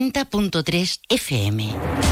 90.3 FM.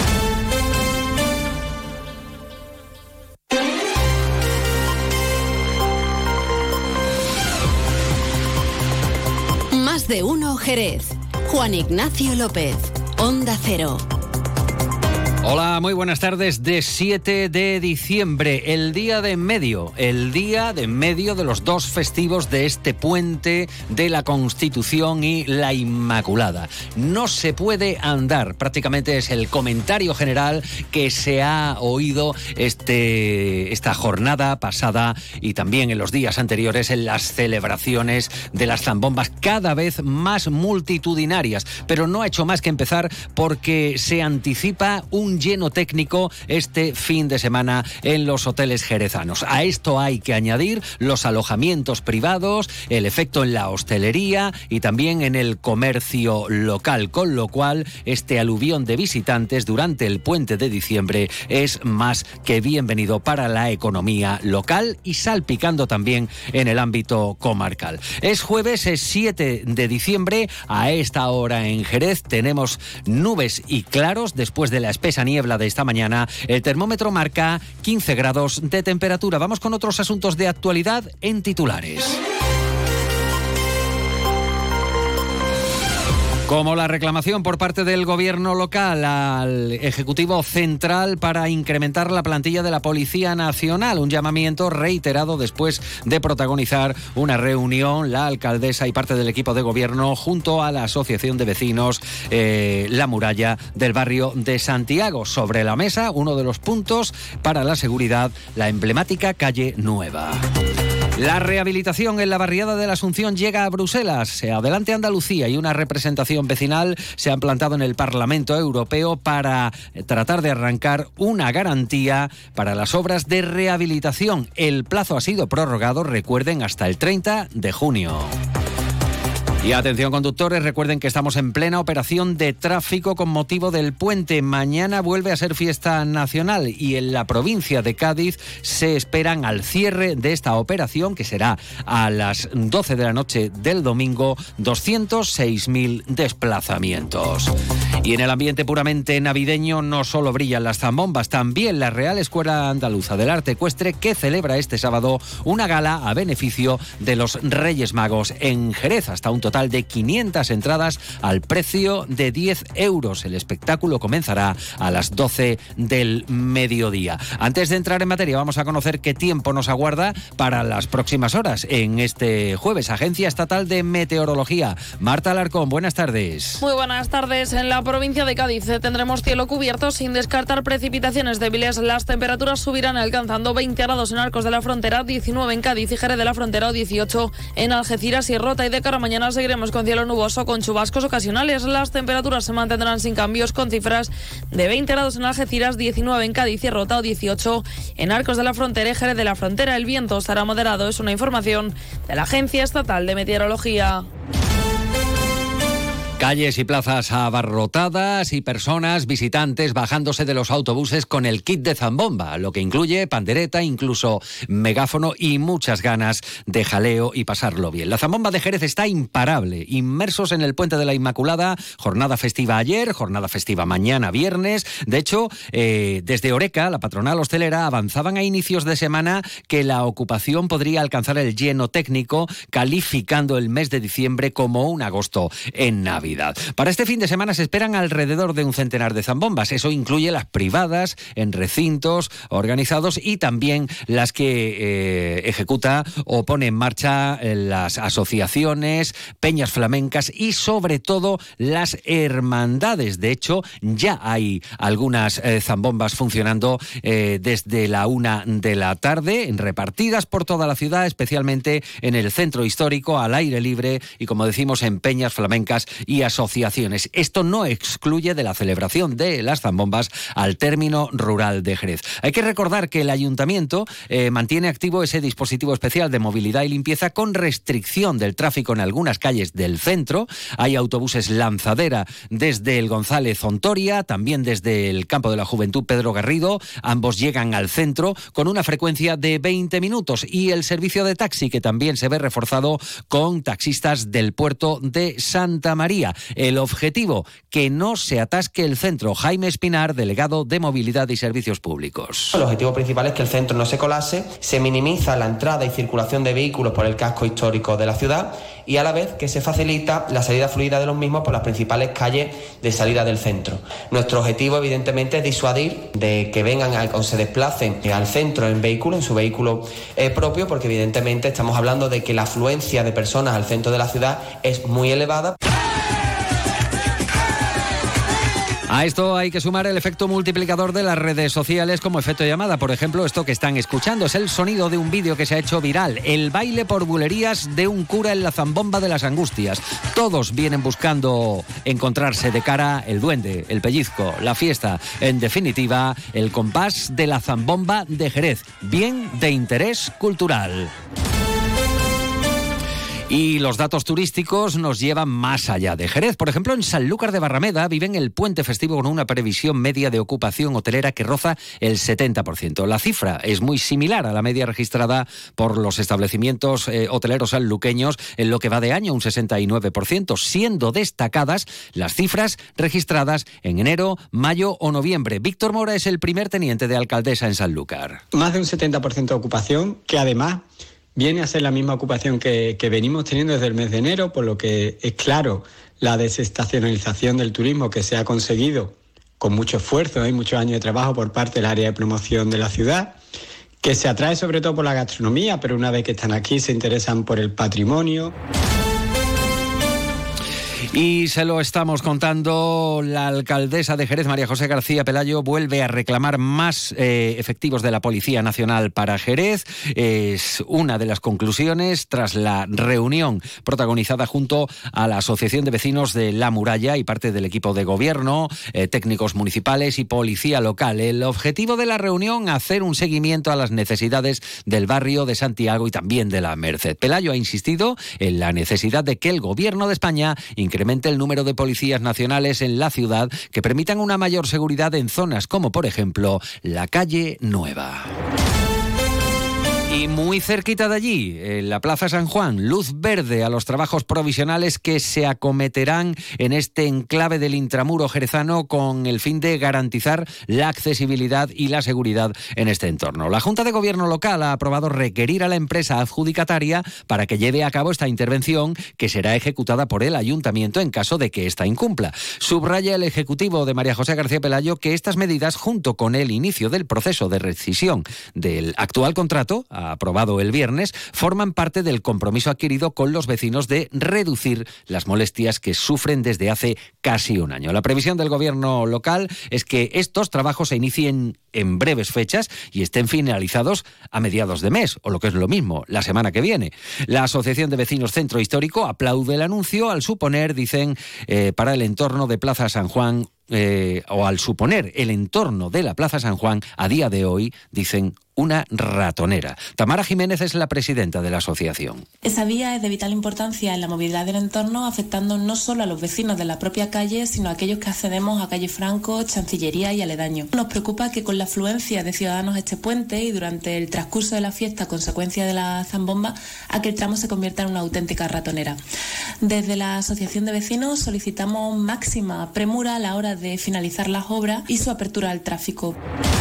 Más de uno Jerez. Juan Ignacio López, Onda Cero. Hola, muy buenas tardes. De 7 de diciembre, el día de en medio de los dos festivos de este puente de la Constitución y la Inmaculada. No se puede andar, prácticamente es el comentario general que se ha oído esta jornada pasada y también en los días anteriores en las celebraciones de las zambombas cada vez más multitudinarias. Pero no ha hecho más que empezar porque se anticipa un lleno técnico este fin de semana en los hoteles jerezanos. A esto hay que añadir los alojamientos privados, el efecto en la hostelería y también en el comercio local, con lo cual este aluvión de visitantes durante el puente de diciembre es más que bienvenido para la economía local y salpicando también en el ámbito comarcal. Es jueves, es 7 de diciembre, a esta hora en Jerez tenemos nubes y claros después de la espesa niebla de esta mañana. El termómetro marca 15 grados de temperatura. Vamos con otros asuntos de actualidad en titulares. Como la reclamación por parte del Gobierno local al Ejecutivo Central para incrementar la plantilla de la Policía Nacional. Un llamamiento reiterado después de protagonizar una reunión la alcaldesa y parte del equipo de gobierno junto a la Asociación de Vecinos La Muralla del barrio de Santiago. Sobre la mesa, uno de los puntos para la seguridad, la emblemática calle Nueva. La rehabilitación en la barriada de la Asunción llega a Bruselas. Se adelante Andalucía y una representación vecinal se han plantado en el Parlamento Europeo para tratar de arrancar una garantía para las obras de rehabilitación. El plazo ha sido prorrogado, recuerden, hasta el 30 de junio. Y atención conductores, recuerden que estamos en plena operación de tráfico con motivo del puente. Mañana vuelve a ser fiesta nacional y en la provincia de Cádiz se esperan al cierre de esta operación, que será a las 12 de la noche del domingo, 206.000 desplazamientos. Y en el ambiente puramente navideño no solo brillan las zambombas, también la Real Escuela Andaluza del Arte Ecuestre, que celebra este sábado una gala a beneficio de los Reyes Magos en Jerez, hasta un total de 500 entradas al precio de 10 euros. El espectáculo comenzará a las 12 del mediodía. Antes de entrar en materia, vamos a conocer qué tiempo nos aguarda para las próximas horas en este jueves. Agencia Estatal de Meteorología. Marta Alarcón, buenas tardes. Muy buenas tardes. En la provincia de Cádiz tendremos cielo cubierto sin descartar precipitaciones débiles. Las temperaturas subirán alcanzando 20 grados en Arcos de la Frontera, 19 en Cádiz y Jerez de la Frontera o 18 en Algeciras y Rota. Y de cara a mañana seguiremos con cielo nuboso con chubascos ocasionales. Las temperaturas se mantendrán sin cambios con cifras de 20 grados en Algeciras, 19 en Cádiz y Rota o 18 en Arcos de la Frontera y Jerez de la Frontera. El viento estará moderado. Es una información de la Agencia Estatal de Meteorología. Calles y plazas abarrotadas y personas, visitantes, bajándose de los autobuses con el kit de zambomba, lo que incluye pandereta, incluso megáfono y muchas ganas de jaleo y pasarlo bien. La zambomba de Jerez está imparable, inmersos en el Puente de la Inmaculada, jornada festiva ayer, jornada festiva mañana viernes. De hecho, desde Oreca, la patronal hostelera, avanzaban a inicios de semana que la ocupación podría alcanzar el lleno técnico, calificando el mes de diciembre como un agosto en Navidad. Para este fin de semana se esperan alrededor de un centenar de zambombas. Eso incluye las privadas, en recintos organizados y también las que ejecuta o pone en marcha las asociaciones, peñas flamencas y sobre todo las hermandades. De hecho, ya hay algunas zambombas funcionando desde la 1 de la tarde, repartidas por toda la ciudad, especialmente en el centro histórico, al aire libre y, como decimos, en peñas flamencas y asociaciones. Esto no excluye de la celebración de las zambombas al término rural de Jerez. Hay que recordar que el Ayuntamiento mantiene activo ese dispositivo especial de movilidad y limpieza con restricción del tráfico en algunas calles del centro. Hay autobuses lanzadera desde el González Ontoria, también desde el Campo de la Juventud Pedro Garrido. Ambos llegan al centro con una frecuencia de 20 minutos y el servicio de taxi, que también se ve reforzado con taxistas del puerto de Santa María. policía. El objetivo, que no se atasque el centro. Jaime Espinar, delegado de Movilidad y Servicios Públicos. El objetivo principal es que el centro no se colapse, se minimiza la entrada y circulación de vehículos por el casco histórico de la ciudad y a la vez que se facilita la salida fluida de los mismos por las principales calles de salida del centro. Nuestro objetivo, evidentemente, es disuadir de que vengan o se desplacen al centro en vehículo, en su vehículo propio, porque evidentemente estamos hablando de que la afluencia de personas al centro de la ciudad es muy elevada. A esto hay que sumar el efecto multiplicador de las redes sociales como efecto llamada. Por ejemplo, esto que están escuchando es el sonido de un vídeo que se ha hecho viral. El baile por bulerías de un cura en la zambomba de las Angustias. Todos vienen buscando encontrarse de cara el duende, el pellizco, la fiesta. En definitiva, el compás de la zambomba de Jerez. Bien de interés cultural. Y los datos turísticos nos llevan más allá de Jerez. Por ejemplo, en Sanlúcar de Barrameda viven el puente festivo con una previsión media de ocupación hotelera que roza el 70%. La cifra es muy similar a la media registrada por los establecimientos hoteleros sanluqueños en lo que va de año, un 69%, siendo destacadas las cifras registradas en enero, mayo o noviembre. Víctor Mora es el primer teniente de alcaldesa en Sanlúcar. Más de un 70% de ocupación, que además viene a ser la misma ocupación que venimos teniendo desde el mes de enero, por lo que es claro la desestacionalización del turismo que se ha conseguido con mucho esfuerzo y muchos años de trabajo por parte del área de promoción de la ciudad, que se atrae sobre todo por la gastronomía, pero una vez que están aquí se interesan por el patrimonio. Y se lo estamos contando, la alcaldesa de Jerez, María José García Pelayo, vuelve a reclamar más efectivos de la Policía Nacional para Jerez. Es una de las conclusiones tras la reunión protagonizada junto a la Asociación de Vecinos de La Muralla y parte del equipo de gobierno, técnicos municipales y policía local. El objetivo de la reunión, hacer un seguimiento a las necesidades del barrio de Santiago y también de la Merced. Pelayo ha insistido en la necesidad de que el gobierno de España incremente el número de policías nacionales en la ciudad que permitan una mayor seguridad en zonas como, por ejemplo, la calle Nueva. Y muy cerquita de allí, en la Plaza San Juan, luz verde a los trabajos provisionales que se acometerán en este enclave del intramuro jerezano con el fin de garantizar la accesibilidad y la seguridad en este entorno. La Junta de Gobierno local ha aprobado requerir a la empresa adjudicataria para que lleve a cabo esta intervención, que será ejecutada por el Ayuntamiento en caso de que ésta incumpla. Subraya el Ejecutivo de María José García Pelayo que estas medidas, junto con el inicio del proceso de rescisión del actual contrato, aprobado el viernes, forman parte del compromiso adquirido con los vecinos de reducir las molestias que sufren desde hace casi un año. La previsión del gobierno local es que estos trabajos se inicien en breves fechas y estén finalizados a mediados de mes, o lo que es lo mismo, la semana que viene. La Asociación de Vecinos Centro Histórico aplaude el anuncio al suponer, dicen, para el entorno de Plaza San Juan, o al suponer el entorno de la Plaza San Juan, a día de hoy, dicen, una ratonera. Tamara Jiménez es la presidenta de la asociación. Esa vía es de vital importancia en la movilidad del entorno, afectando no solo a los vecinos de la propia calle, sino a aquellos que accedemos a calle Franco, Chancillería y aledaños. Nos preocupa que con la afluencia de ciudadanos a este puente y durante el transcurso de la fiesta, a consecuencia de la zambomba, aquel tramo se convierta en una auténtica ratonera. Desde la Asociación de Vecinos solicitamos máxima premura a la hora de finalizar las obras y su apertura al tráfico.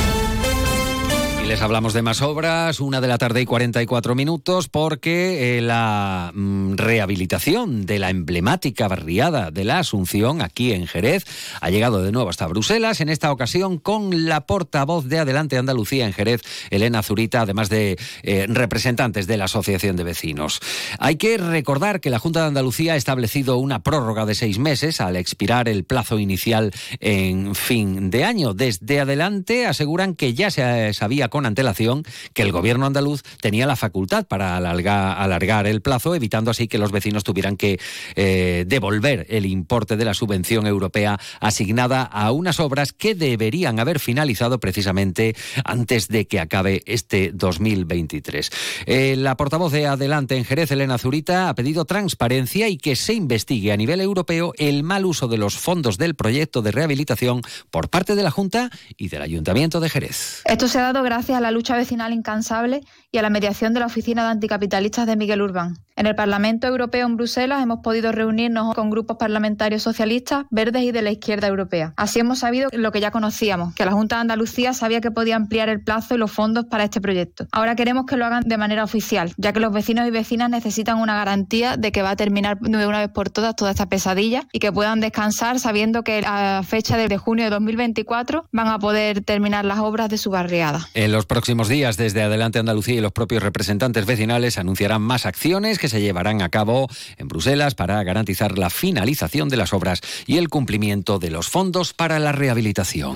Les hablamos de más obras, 1:44 p.m, porque la rehabilitación de la emblemática barriada de la Asunción, aquí en Jerez, ha llegado de nuevo hasta Bruselas, en esta ocasión con la portavoz de Adelante Andalucía en Jerez, Elena Zurita, además de representantes de la Asociación de Vecinos. Hay que recordar que la Junta de Andalucía ha establecido una prórroga de 6 meses al expirar el plazo inicial en fin de año. Desde Adelante aseguran que ya se sabía con antelación que el gobierno andaluz tenía la facultad para alargar el plazo, evitando así que los vecinos tuvieran que devolver el importe de la subvención europea asignada a unas obras que deberían haber finalizado precisamente antes de que acabe este 2023. La portavoz de Adelante en Jerez, Elena Zurita, ha pedido transparencia y que se investigue a nivel europeo el mal uso de los fondos del proyecto de rehabilitación por parte de la Junta y del Ayuntamiento de Jerez. Esto se ha dado gracias a la lucha vecinal incansable y a la mediación de la Oficina de Anticapitalistas de Miguel Urbán. En el Parlamento Europeo en Bruselas hemos podido reunirnos con grupos parlamentarios socialistas, verdes y de la izquierda europea. Así hemos sabido lo que ya conocíamos, que la Junta de Andalucía sabía que podía ampliar el plazo y los fondos para este proyecto. Ahora queremos que lo hagan de manera oficial, ya que los vecinos y vecinas necesitan una garantía de que va a terminar de una vez por todas toda esta pesadilla y que puedan descansar sabiendo que a fecha de junio de 2024 van a poder terminar las obras de su barriada. En los próximos días, desde Adelante Andalucía y los propios representantes vecinales anunciarán más acciones que se llevarán a cabo en Bruselas para garantizar la finalización de las obras y el cumplimiento de los fondos para la rehabilitación.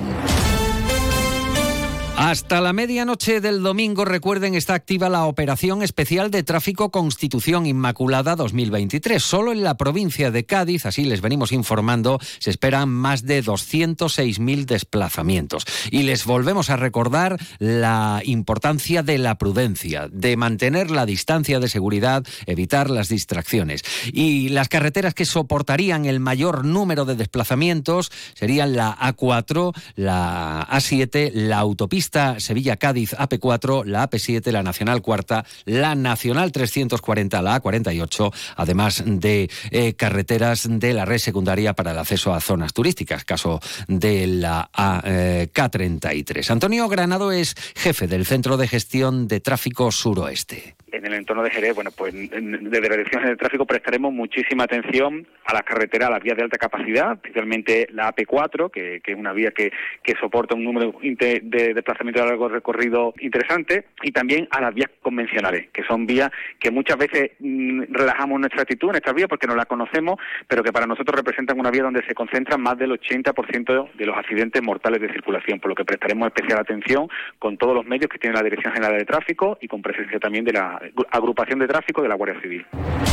Hasta la medianoche del domingo, recuerden, está activa la Operación Especial de Tráfico Constitución Inmaculada 2023. Solo en la provincia de Cádiz, así les venimos informando, se esperan más de 206.000 desplazamientos. Y les volvemos a recordar la importancia de la prudencia, de mantener la distancia de seguridad, evitar las distracciones. Y las carreteras que soportarían el mayor número de desplazamientos serían la A4, la A7, la autopista Sevilla-Cádiz AP4, la AP7, la Nacional Cuarta, la Nacional 340, la A48, además de carreteras de la red secundaria para el acceso a zonas turísticas, caso de la K33. Antonio Granado es jefe del Centro de Gestión de Tráfico Suroeste. En el entorno de Jerez, desde la Dirección de Tráfico prestaremos muchísima atención a las carreteras, a las vías de alta capacidad, especialmente la AP4, que es una vía que soporta un número de desplazamientos a largo recorrido interesante, y también a las vías convencionales, que son vías que muchas veces relajamos nuestra actitud en estas vías porque no las conocemos, pero que para nosotros representan una vía donde se concentran más del 80% de los accidentes mortales de circulación, por lo que prestaremos especial atención con todos los medios que tiene la Dirección General de Tráfico y con presencia también de la Agrupación de Tráfico de la Guardia Civil.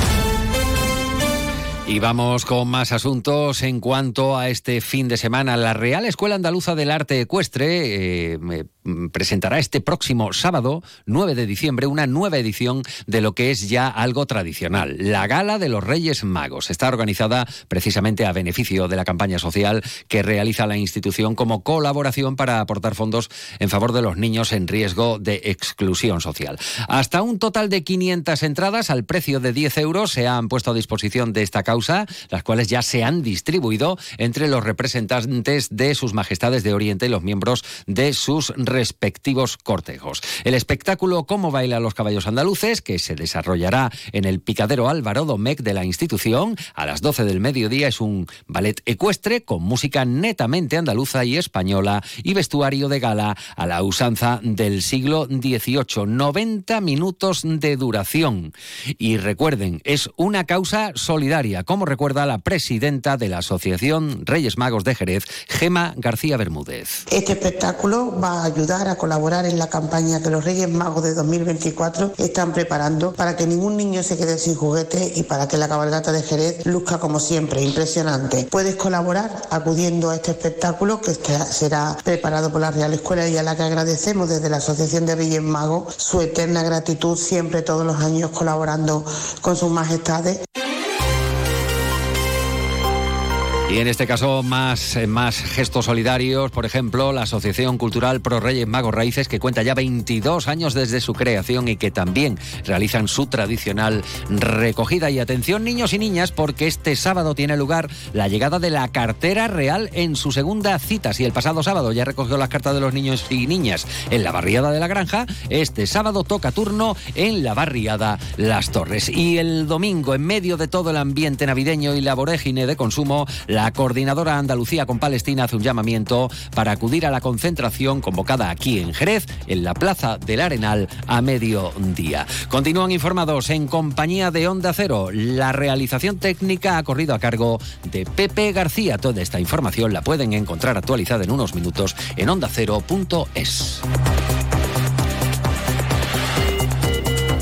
Y vamos con más asuntos en cuanto a este fin de semana. La Real Escuela Andaluza del Arte Ecuestre presentará este próximo sábado, 9 de diciembre, una nueva edición de lo que es ya algo tradicional, la Gala de los Reyes Magos. Está organizada precisamente a beneficio de la campaña social que realiza la institución como colaboración para aportar fondos en favor de los niños en riesgo de exclusión social. Hasta un total de 500 entradas al precio de 10 euros se han puesto a disposición de esta causa, las cuales ya se han distribuido entre los representantes de sus majestades de Oriente y los miembros de sus respectivos cortejos. El espectáculo Cómo bailan los caballos andaluces, que se desarrollará en el Picadero Álvaro Domecq de la institución a las 12 del mediodía, es un ballet ecuestre con música netamente andaluza y española y vestuario de gala a la usanza del siglo XVIII. 90 minutos de duración. Y recuerden, es una causa solidaria, como recuerda la presidenta de la Asociación Reyes Magos de Jerez, Gema García Bermúdez. Este espectáculo va a ayudar a colaborar en la campaña que los Reyes Magos de 2024 están preparando para que ningún niño se quede sin juguete y para que la cabalgata de Jerez luzca como siempre, impresionante. Puedes colaborar acudiendo a este espectáculo que será preparado por la Real Escuela y a la que agradecemos desde la Asociación de Reyes Magos su eterna gratitud, siempre todos los años colaborando con sus majestades. Y en este caso más gestos solidarios, por ejemplo, la Asociación Cultural Pro Reyes Magos Raíces, que cuenta ya 22 años desde su creación y que también realizan su tradicional recogida. Y atención, niños y niñas, porque este sábado tiene lugar la llegada de la cartera real en su segunda cita. Si el pasado sábado ya recogió las cartas de los niños y niñas en la barriada de la Granja, este sábado toca turno en la barriada Las Torres. Y el domingo, en medio de todo el ambiente navideño y la vorágine de consumo, la Coordinadora Andalucía con Palestina hace un llamamiento para acudir a la concentración convocada aquí en Jerez, en la Plaza del Arenal, a mediodía. Continúan informados en compañía de Onda Cero. La realización técnica ha corrido a cargo de Pepe García. Toda esta información la pueden encontrar actualizada en unos minutos en ondacero.es.